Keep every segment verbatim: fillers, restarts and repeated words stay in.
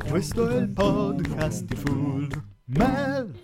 Questo è il podcast di Full Mel.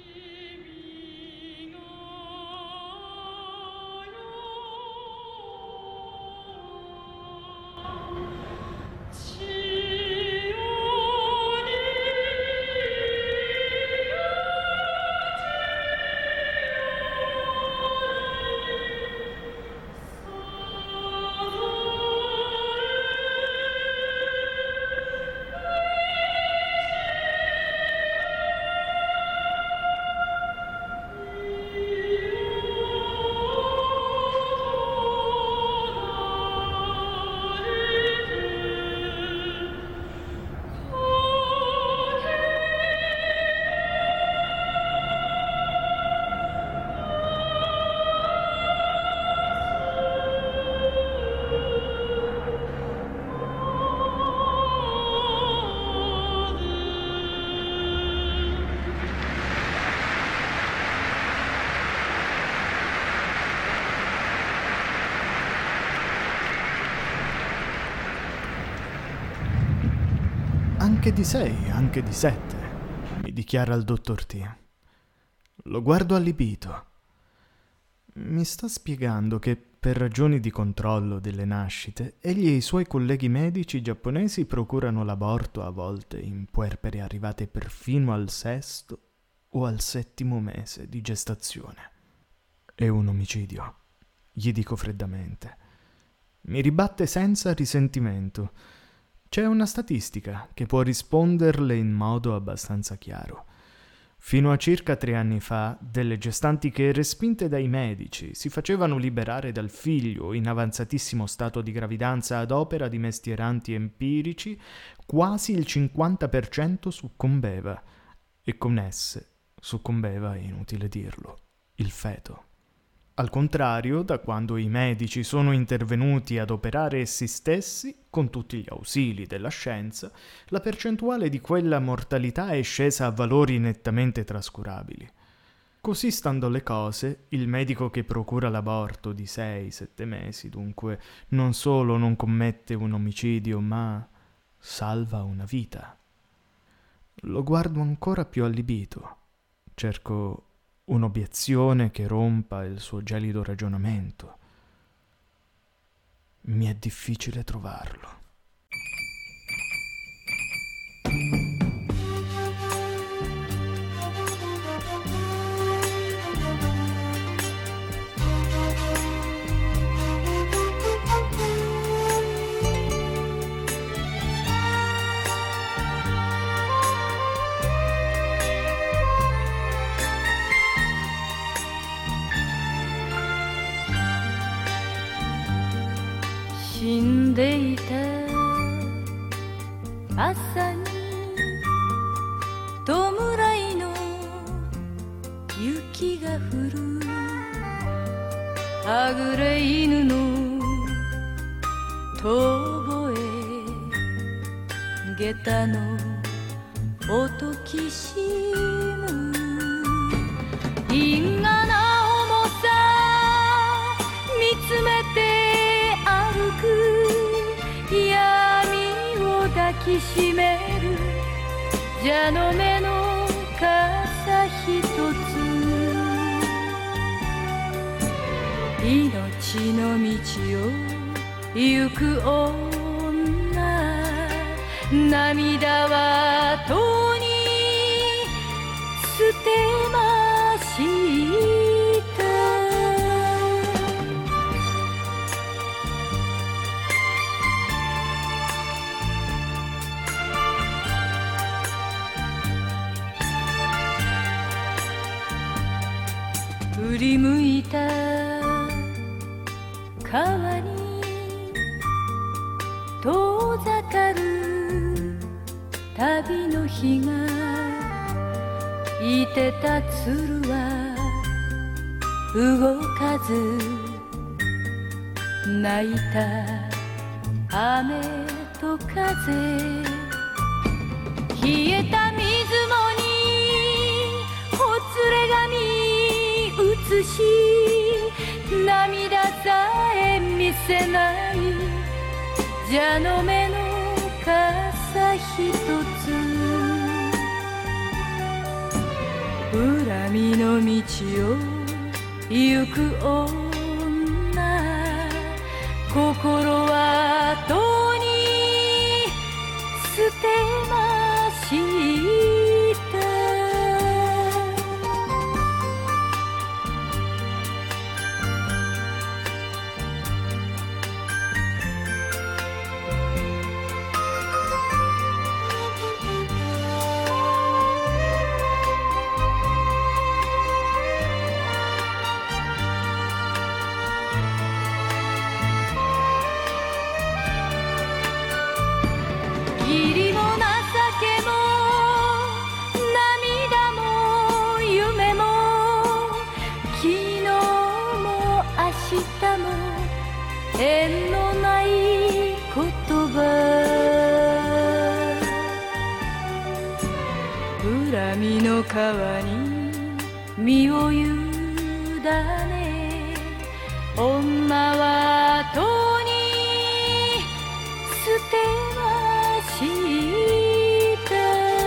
Anche di sei, anche di sette, mi dichiara il dottor T. Lo guardo allibito. Mi sta spiegando che per ragioni di controllo delle nascite, egli e i suoi colleghi medici giapponesi procurano l'aborto a volte in puerpere arrivate perfino al sesto o al settimo mese di gestazione. È un omicidio, gli dico freddamente. Mi ribatte senza risentimento. C'è una statistica che può risponderle in modo abbastanza chiaro. Fino a circa tre anni fa, delle gestanti che, respinte dai medici, si facevano liberare dal figlio in avanzatissimo stato di gravidanza ad opera di mestieranti empirici, quasi il cinquanta per cento succombeva. E con esse succombeva, è inutile dirlo, il feto. Al contrario, da quando i medici sono intervenuti ad operare essi stessi, con tutti gli ausili della scienza, la percentuale di quella mortalità è scesa a valori nettamente trascurabili. Così stando le cose, il medico che procura l'aborto di sei sette mesi, dunque, non solo non commette un omicidio, ma salva una vita. Lo guardo ancora più allibito. Cerco un'obiezione che rompa il suo gelido ragionamento. Mi è difficile trovarlo. 恨みの道を行く女、心はとに捨てました。義理も情けも涙も夢も昨日も明日も縁のない言葉、恨みの川に身を委ね、女はとに捨てました。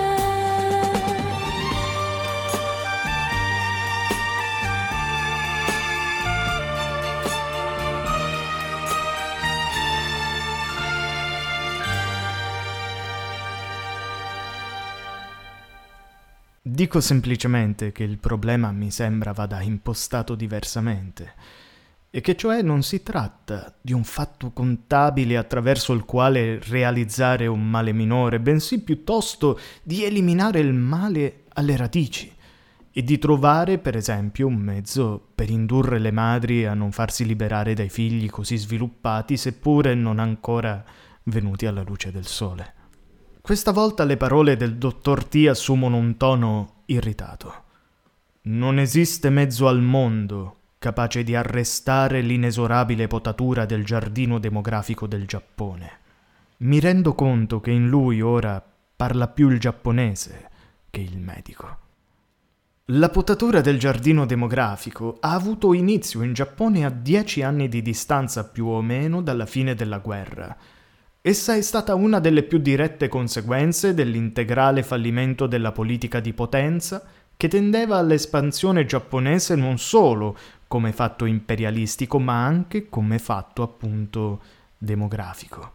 Dico semplicemente che il problema mi sembra vada impostato diversamente, e che cioè non si tratta di un fatto contabile attraverso il quale realizzare un male minore, bensì piuttosto di eliminare il male alle radici e di trovare, per esempio, un mezzo per indurre le madri a non farsi liberare dai figli così sviluppati, seppure non ancora venuti alla luce del sole. Questa volta le parole del dottor T assumono un tono irritato. Non esiste mezzo al mondo capace di arrestare l'inesorabile potatura del giardino demografico del Giappone. Mi rendo conto che in lui ora parla più il giapponese che il medico. La potatura del giardino demografico ha avuto inizio in Giappone a dieci anni di distanza più o meno dalla fine della guerra. Essa è stata una delle più dirette conseguenze dell'integrale fallimento della politica di potenza che tendeva all'espansione giapponese non solo come fatto imperialistico, ma anche come fatto appunto demografico.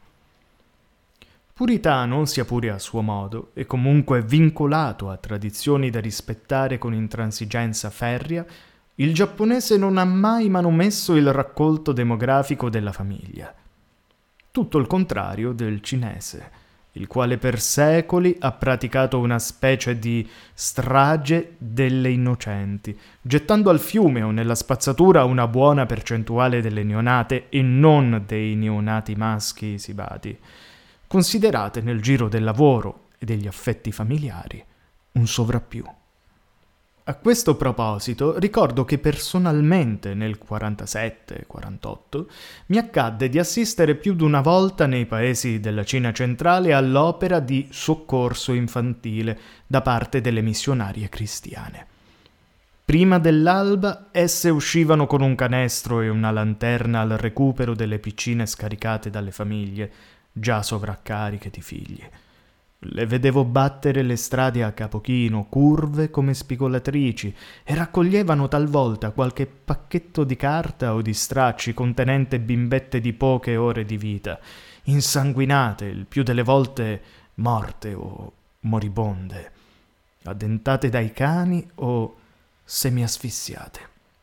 Puritano, sia pure a suo modo, e comunque vincolato a tradizioni da rispettare con intransigenza ferrea, il giapponese non ha mai manomesso il raccolto demografico della famiglia. Tutto il contrario del cinese, il quale per secoli ha praticato una specie di strage delle innocenti, gettando al fiume o nella spazzatura una buona percentuale delle neonate e non dei neonati maschi sibati, considerate nel giro del lavoro e degli affetti familiari un sovrappiù. A questo proposito ricordo che personalmente nel quarantasette quarantotto mi accadde di assistere più di una volta nei paesi della Cina centrale all'opera di soccorso infantile da parte delle missionarie cristiane. Prima dell'alba esse uscivano con un canestro e una lanterna al recupero delle piccine scaricate dalle famiglie, già sovraccariche di figli. Le vedevo battere le strade a capochino, curve come spigolatrici, e raccoglievano talvolta qualche pacchetto di carta o di stracci contenente bimbette di poche ore di vita, insanguinate, il più delle volte morte o moribonde, addentate dai cani o semiasfissiate.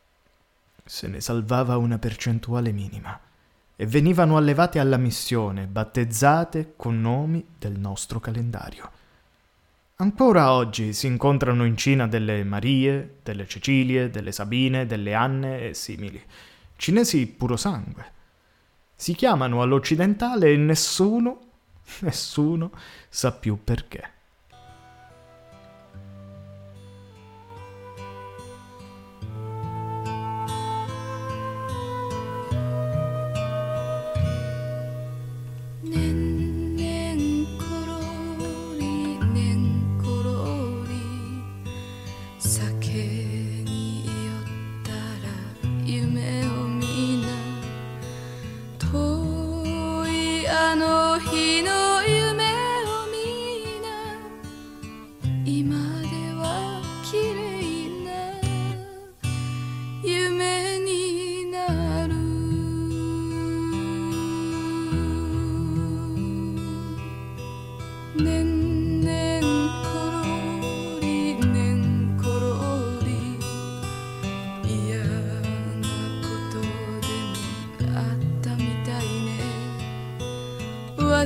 Se ne salvava una percentuale minima e venivano allevate alla missione, battezzate con nomi del nostro calendario. Ancora oggi si incontrano in Cina delle Marie, delle Cecilie, delle Sabine, delle Anne e simili, cinesi puro sangue. Si chiamano all'occidentale e nessuno, nessuno sa più perché.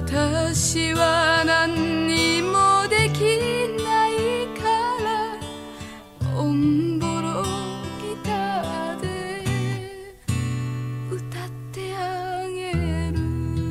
私は何にもできないからおんぼろギターで歌ってあげる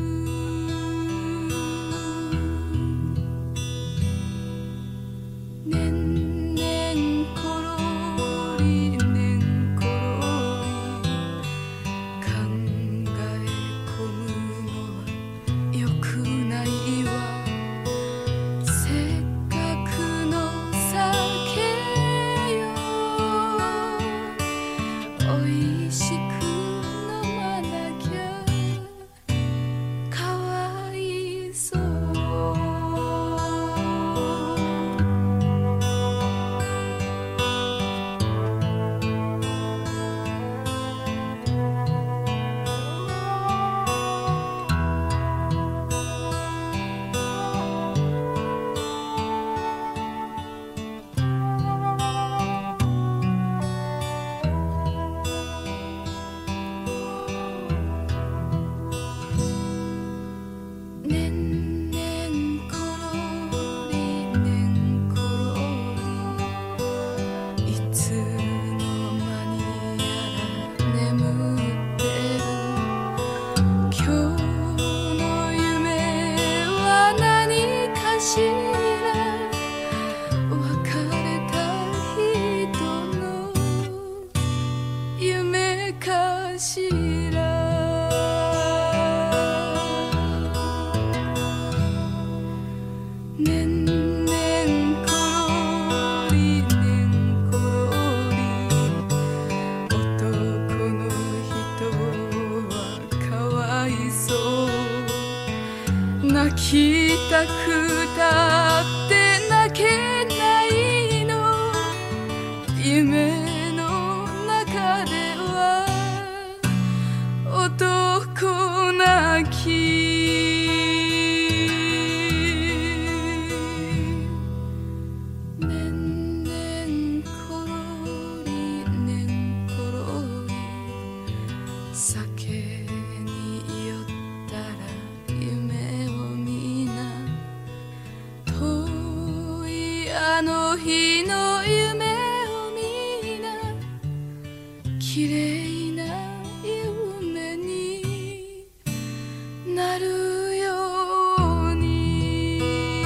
ねんねんころりねんころり考え込むのはよくないわせっかくの酒よおいしく飲まなきゃかわいそうねんねんころりねんころりいつの間にやら眠ってる今日の夢は何かしら別れた人の夢かしらねんねんころりねんころり男の人はかわいそう泣きたくたって泣けないの夢の中では男泣きねんねんころりねんころり酒に酔ったら夢を見な遠いあの日の夢を見な綺麗な夢になるように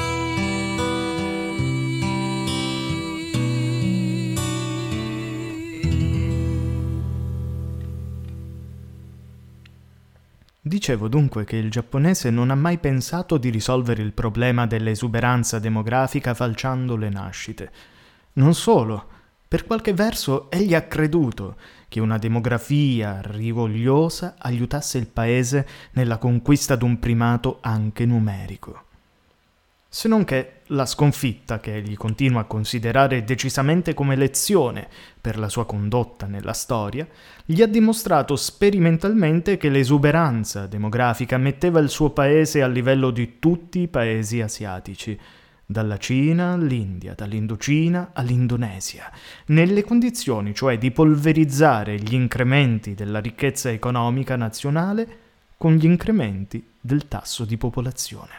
Dicevo dunque che il giapponese non ha mai pensato di risolvere il problema dell'esuberanza demografica falciando le nascite. Non solo, per qualche verso egli ha creduto che una demografia rigogliosa aiutasse il paese nella conquista d'un primato anche numerico. Se non che la sconfitta, che egli continua a considerare decisamente come lezione per la sua condotta nella storia, gli ha dimostrato sperimentalmente che l'esuberanza demografica metteva il suo paese a livello di tutti i paesi asiatici, dalla Cina all'India, dall'Indocina all'Indonesia, nelle condizioni cioè di polverizzare gli incrementi della ricchezza economica nazionale con gli incrementi del tasso di popolazione.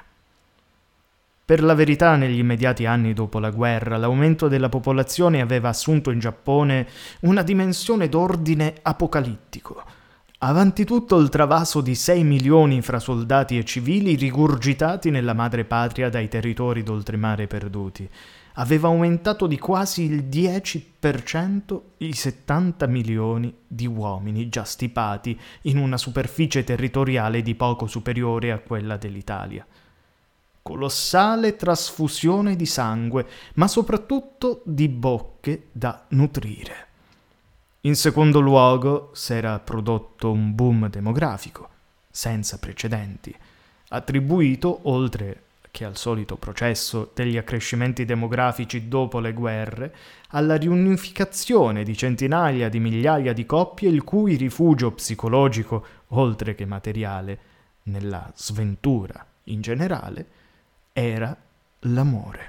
Per la verità, negli immediati anni dopo la guerra, l'aumento della popolazione aveva assunto in Giappone una dimensione d'ordine apocalittico. Avanti tutto il travaso di sei milioni fra soldati e civili rigurgitati nella madrepatria dai territori d'oltremare perduti. Aveva aumentato di quasi il dieci per cento i settanta milioni di uomini già stipati in una superficie territoriale di poco superiore a quella dell'Italia. Colossale trasfusione di sangue, ma soprattutto di bocche da nutrire. In secondo luogo, s'era prodotto un boom demografico, senza precedenti, attribuito, oltre che al solito processo degli accrescimenti demografici dopo le guerre, alla riunificazione di centinaia di migliaia di coppie il cui rifugio psicologico, oltre che materiale, nella sventura in generale, era l'amore.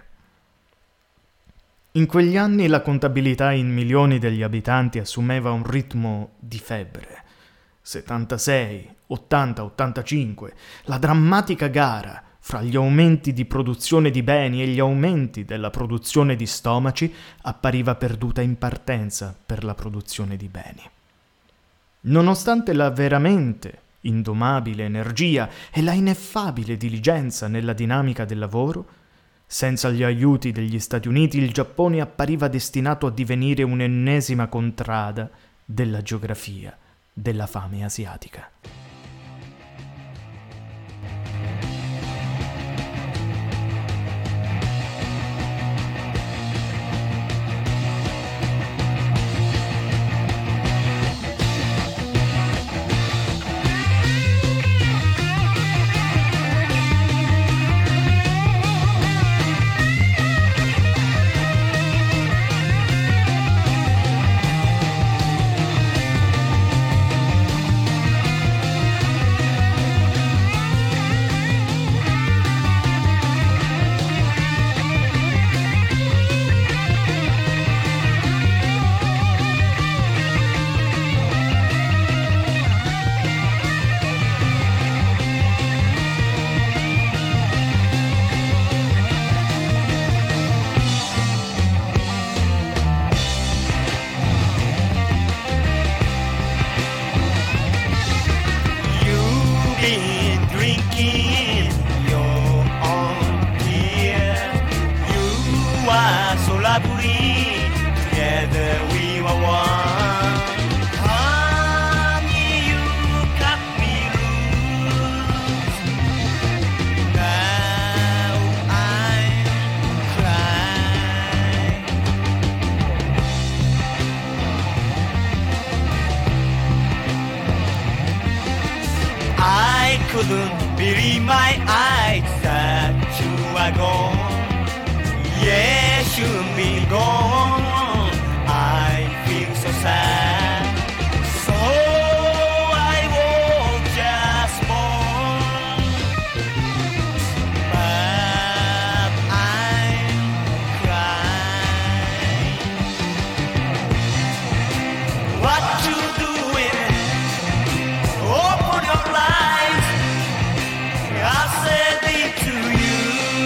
In quegli anni la contabilità in milioni degli abitanti assumeva un ritmo di febbre. settantasei, ottanta, ottantacinque, la drammatica gara fra gli aumenti di produzione di beni e gli aumenti della produzione di stomaci, appariva perduta in partenza per la produzione di beni. Nonostante la veramente indomabile energia e la ineffabile diligenza nella dinamica del lavoro, senza gli aiuti degli Stati Uniti il Giappone appariva destinato a divenire un'ennesima contrada della geografia della fame asiatica. Couldn't believe my eyes that you are gone. Yes, you'll be gone. I feel so sad. So I will just mourn. But I'm crying. What you doing? Open your eyes. I said it to you.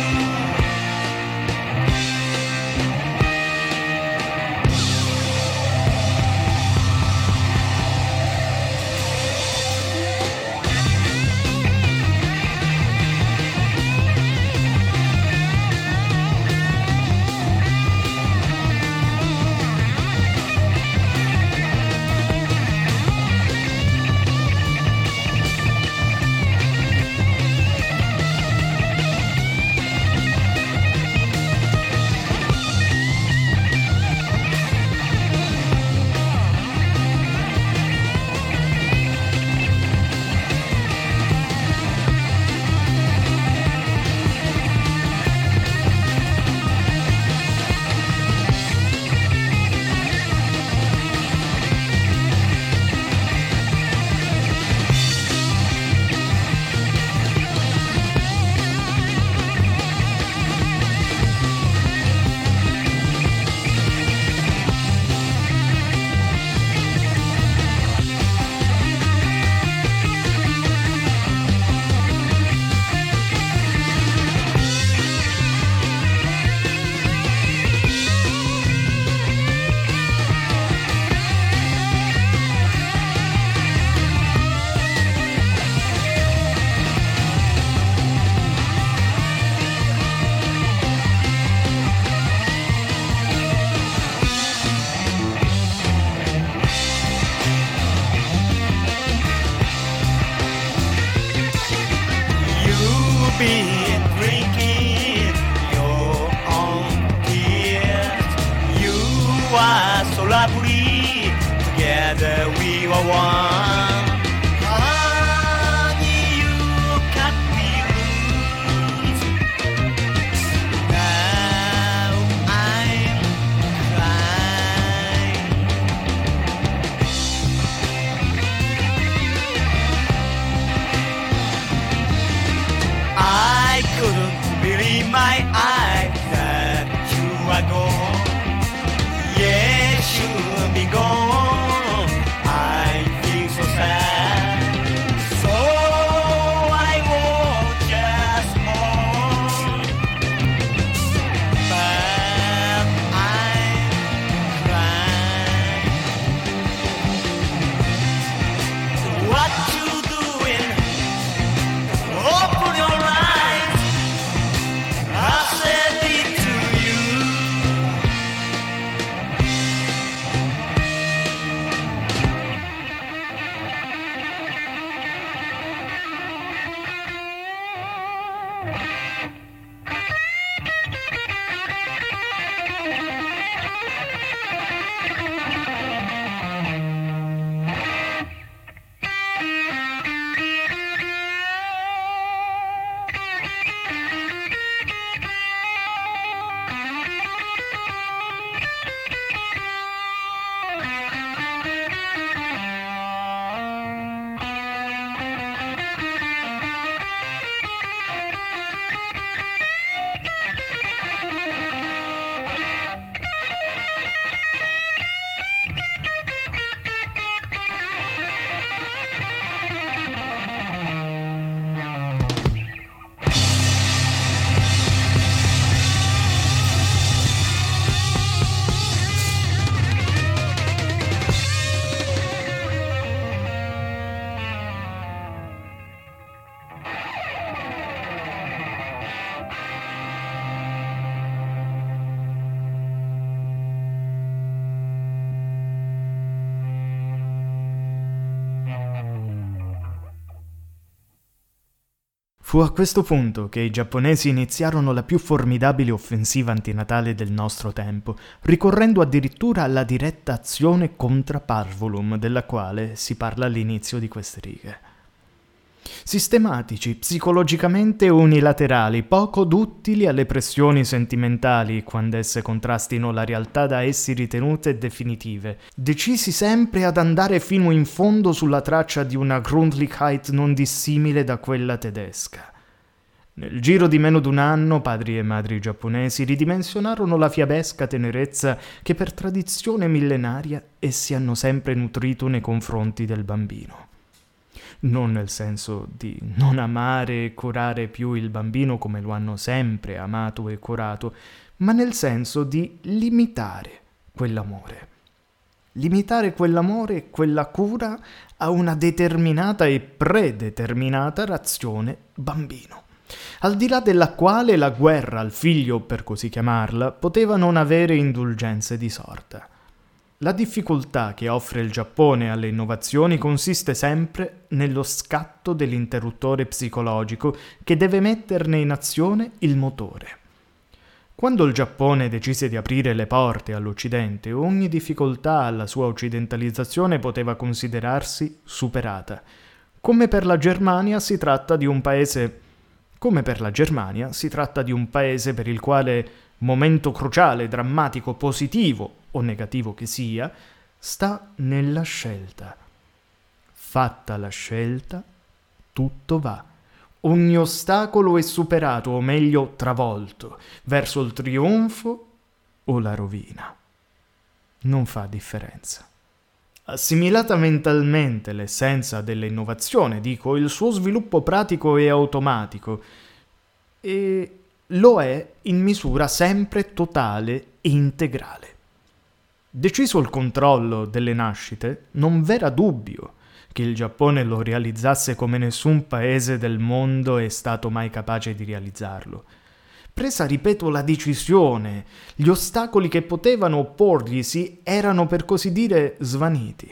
Been drinking your own tears. You are so lovely. Together we were one. Honey, you cut me loose. Now I'm crying. I couldn't believe my eyes that you are gone. Yes, you'll be gone. I feel so sad. Fu a questo punto che i giapponesi iniziarono la più formidabile offensiva antinatale del nostro tempo, ricorrendo addirittura alla diretta azione contra Parvulum, della quale si parla all'inizio di queste righe. Sistematici, psicologicamente unilaterali, poco duttili alle pressioni sentimentali quando esse contrastino la realtà da essi ritenute definitive, decisi sempre ad andare fino in fondo sulla traccia di una Grundlichkeit non dissimile da quella tedesca. Nel giro di meno d'un anno, padri e madri giapponesi ridimensionarono la fiabesca tenerezza che per tradizione millenaria essi hanno sempre nutrito nei confronti del bambino. Non nel senso di non amare e curare più il bambino come lo hanno sempre amato e curato, ma nel senso di limitare quell'amore. Limitare quell'amore e quella cura a una determinata e predeterminata razione bambino, al di là della quale la guerra al figlio, per così chiamarla, poteva non avere indulgenze di sorta. La difficoltà che offre il Giappone alle innovazioni consiste sempre nello scatto dell'interruttore psicologico che deve metterne in azione il motore. Quando il Giappone decise di aprire le porte all'Occidente, ogni difficoltà alla sua occidentalizzazione poteva considerarsi superata. Come per la Germania si tratta di un paese Come per la Germania si tratta di un paese per il quale momento cruciale, drammatico, positivo o negativo che sia, sta nella scelta. Fatta la scelta, tutto va. Ogni ostacolo è superato, o meglio travolto, verso il trionfo o la rovina. Non fa differenza. Assimilata mentalmente l'essenza dell'innovazione, dico, il suo sviluppo pratico e automatico, e lo è in misura sempre totale e integrale. Deciso il controllo delle nascite, non v'era dubbio che il Giappone lo realizzasse come nessun paese del mondo è stato mai capace di realizzarlo. Presa, ripeto, la decisione, gli ostacoli che potevano opporglisi erano per così dire svaniti.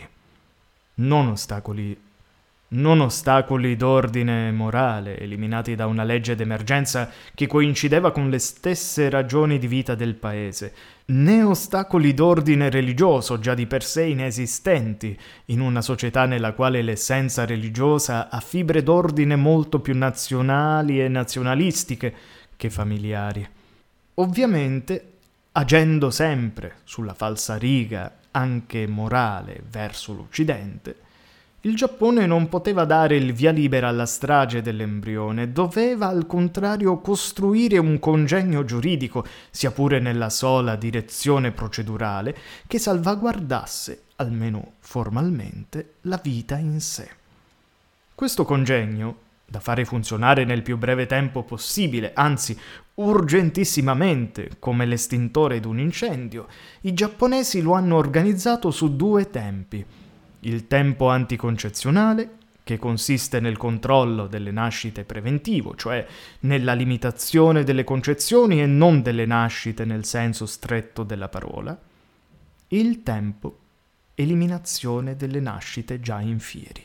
Non ostacoli, non ostacoli d'ordine morale, eliminati da una legge d'emergenza che coincideva con le stesse ragioni di vita del paese, né ostacoli d'ordine religioso, già di per sé inesistenti, in una società nella quale l'essenza religiosa ha fibre d'ordine molto più nazionali e nazionalistiche che familiari. Ovviamente, agendo sempre sulla falsariga anche morale verso l'Occidente, il Giappone non poteva dare il via libera alla strage dell'embrione, doveva al contrario costruire un congegno giuridico, sia pure nella sola direzione procedurale, che salvaguardasse, almeno formalmente, la vita in sé. Questo congegno, da fare funzionare nel più breve tempo possibile, anzi urgentissimamente, come l'estintore d'un incendio, i giapponesi lo hanno organizzato su due tempi. Il tempo anticoncezionale, che consiste nel controllo delle nascite preventivo, cioè nella limitazione delle concezioni e non delle nascite nel senso stretto della parola, e il tempo eliminazione delle nascite già in fieri,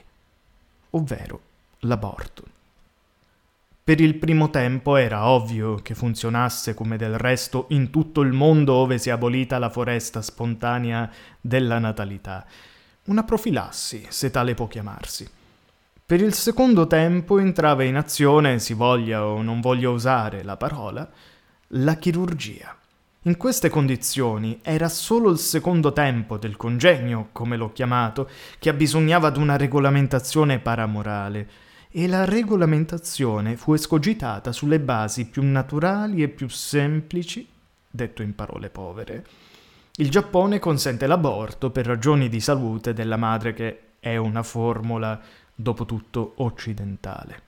ovvero l'aborto. Per il primo tempo era ovvio che funzionasse come del resto in tutto il mondo ove si è abolita la foresta spontanea della natalità, una profilassi, se tale può chiamarsi. Per il secondo tempo entrava in azione, si voglia o non voglia usare la parola, la chirurgia. In queste condizioni era solo il secondo tempo del congegno, come l'ho chiamato, che abbisognava d'una regolamentazione paramorale, e la regolamentazione fu escogitata sulle basi più naturali e più semplici, detto in parole povere. Il Giappone consente l'aborto per ragioni di salute della madre, che è una formula, dopo tutto, occidentale.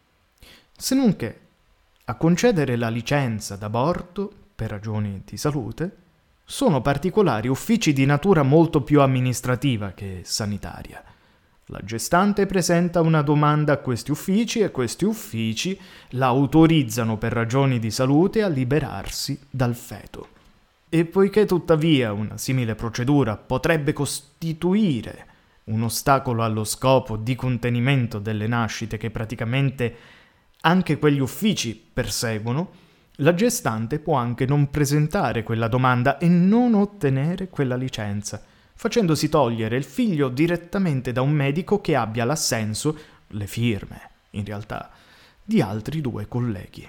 Se non che a concedere la licenza d'aborto per ragioni di salute sono particolari uffici di natura molto più amministrativa che sanitaria. La gestante presenta una domanda a questi uffici e questi uffici la autorizzano per ragioni di salute a liberarsi dal feto. E poiché tuttavia una simile procedura potrebbe costituire un ostacolo allo scopo di contenimento delle nascite che praticamente anche quegli uffici perseguono, la gestante può anche non presentare quella domanda e non ottenere quella licenza, facendosi togliere il figlio direttamente da un medico che abbia l'assenso, le firme, in realtà, di altri due colleghi.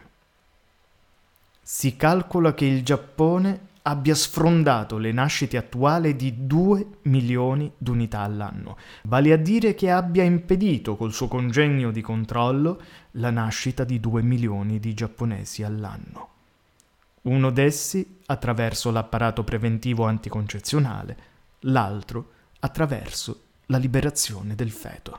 Si calcola che il Giappone abbia sfrondato le nascite attuali di due milioni di unità all'anno, vale a dire che abbia impedito col suo congegno di controllo la nascita di due milioni di giapponesi all'anno. Uno d'essi attraverso l'apparato preventivo anticoncezionale, l'altro attraverso la liberazione del feto.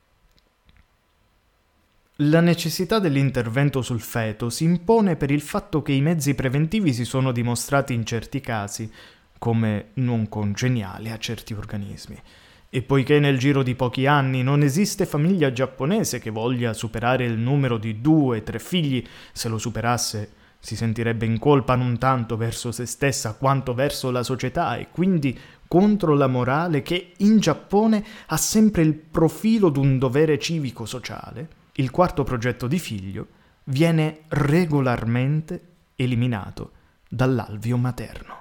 La necessità dell'intervento sul feto si impone per il fatto che i mezzi preventivi si sono dimostrati in certi casi come non congeniali a certi organismi, e poiché nel giro di pochi anni non esiste famiglia giapponese che voglia superare il numero di due, tre figli, se lo superasse si sentirebbe in colpa non tanto verso se stessa quanto verso la società e quindi contro la morale che in Giappone ha sempre il profilo d'un dovere civico-sociale, il quarto progetto di figlio viene regolarmente eliminato dall'alveo materno.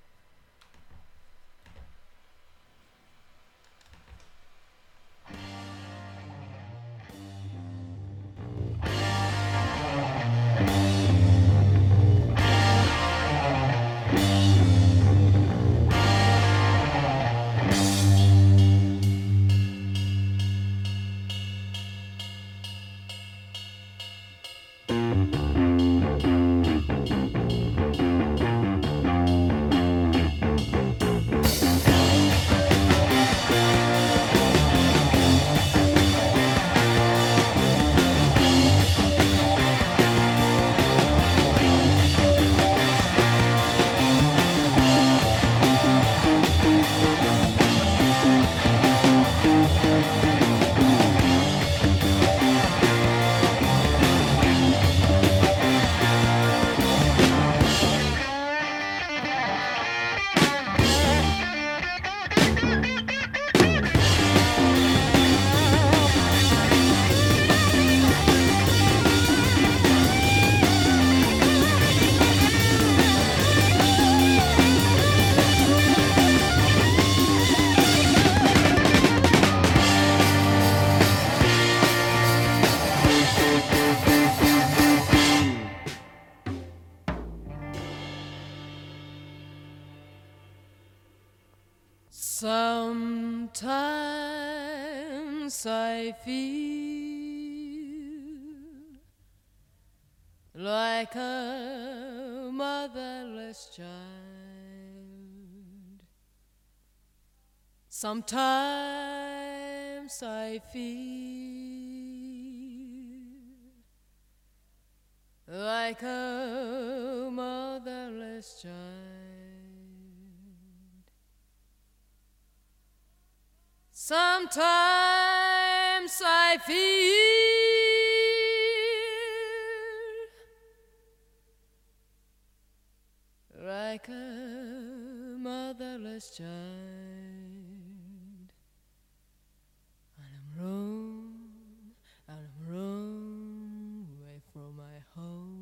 Sometimes I feel like a motherless child. Sometimes I feel like a motherless child. Sometimes I feel like a motherless child, and I'm wrong, and I'm wrong away from my home.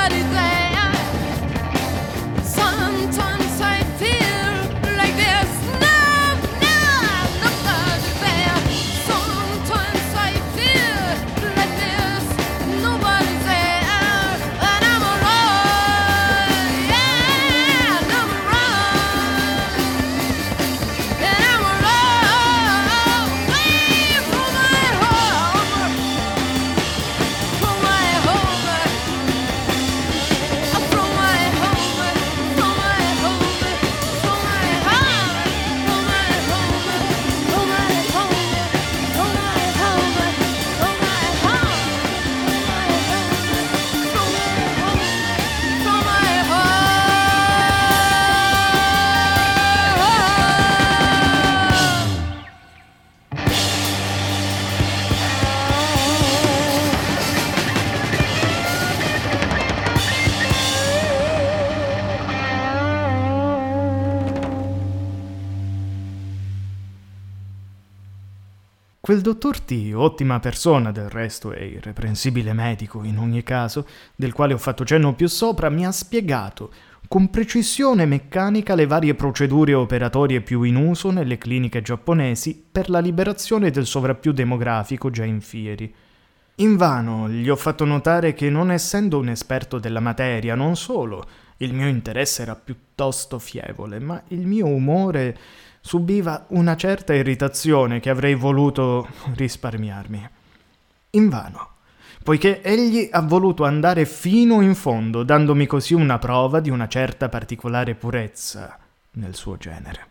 nobody's there. Sometimes I feel like there's no, no, nobody there. Sometimes I feel like there's nobody there, and I'm alone. Yeah, and I'm alone, and I'm alone, away from my home, from my home, from my home, from my home, from my heart, from my home, from my home, from my home, from my heart, from my home, from my home, from my home. Quel dottor T, ottima persona del resto e irreprensibile medico in ogni caso, del quale ho fatto cenno più sopra, mi ha spiegato con precisione meccanica le varie procedure operatorie più in uso nelle cliniche giapponesi per la liberazione del sovrappiù demografico già in fieri. Invano gli ho fatto notare che, non essendo un esperto della materia, non solo il mio interesse era piuttosto fievole, ma il mio umore subiva una certa irritazione che avrei voluto risparmiarmi. Invano, poiché egli ha voluto andare fino in fondo, dandomi così una prova di una certa particolare purezza nel suo genere.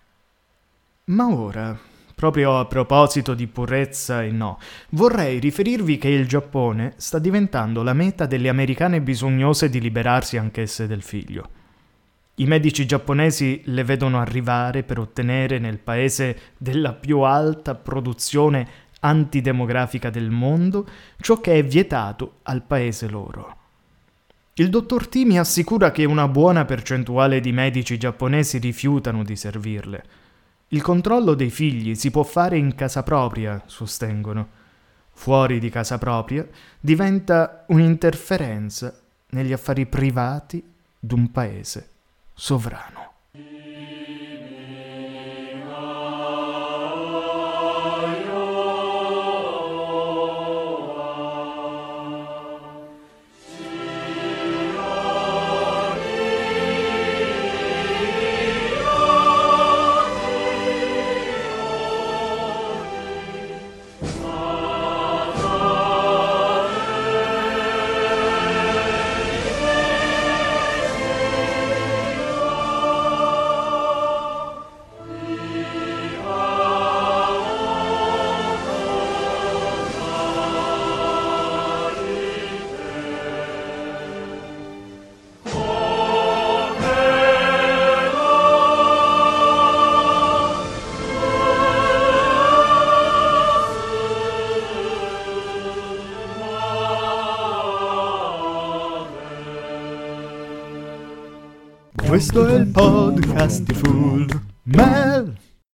Ma ora, proprio a proposito di purezza e no, vorrei riferirvi che il Giappone sta diventando la meta delle americane bisognose di liberarsi anch'esse del figlio. I medici giapponesi le vedono arrivare per ottenere nel paese della più alta produzione antidemografica del mondo ciò che è vietato al paese loro. Il dottor T mi assicura che una buona percentuale di medici giapponesi rifiutano di servirle. Il controllo dei figli si può fare in casa propria, sostengono. Fuori di casa propria diventa un'interferenza negli affari privati d'un paese sovrano. Questo è il podcast di Full Metal